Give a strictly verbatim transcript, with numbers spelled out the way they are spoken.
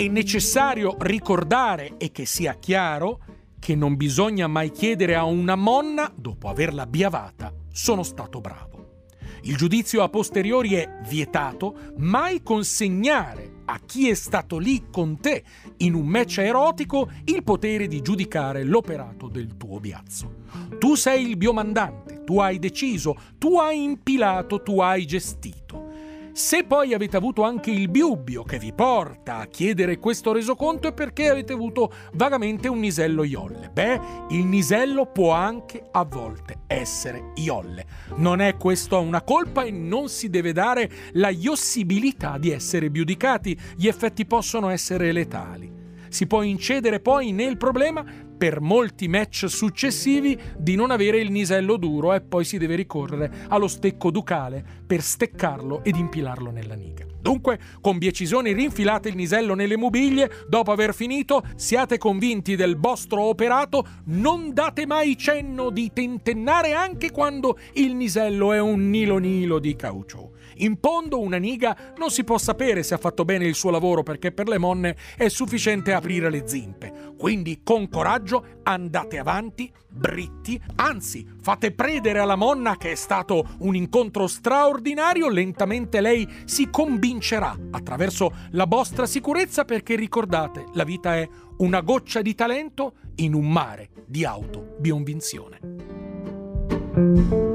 È necessario ricordare, e che sia chiaro, che non bisogna mai chiedere a una monna, dopo averla biavata, sono stato bravo. Il giudizio a posteriori è vietato, mai consegnare a chi è stato lì con te in un match erotico il potere di giudicare l'operato del tuo biazzo. Tu sei il biomandante, tu hai deciso, tu hai impilato, tu hai gestito. Se poi avete avuto anche il biubbio che vi porta a chiedere questo resoconto è perché avete avuto vagamente un nisello iolle. Beh, il nisello può anche a volte essere iolle. Non è questa una colpa e non si deve dare la iossibilità di essere giudicati. Gli effetti possono essere letali. Si può incedere poi nel problema per molti match successivi di non avere il nisello duro e poi si deve ricorrere allo stecco ducale per steccarlo ed impilarlo nella niga. Dunque, con decisione rinfilate il nisello nelle mubiglie, dopo aver finito, siate convinti del vostro operato, non date mai cenno di tentennare anche quando il nisello è un nilo nilo di caucciù. In fondo una niga non si può sapere se ha fatto bene il suo lavoro perché per le monne è sufficiente aprire le zimpe. Quindi con coraggio andate avanti, britti, anzi fate predere alla monna che è stato un incontro straordinario, lentamente lei si convincerà attraverso la vostra sicurezza perché ricordate, la vita è una goccia di talento in un mare di autobionvinzione.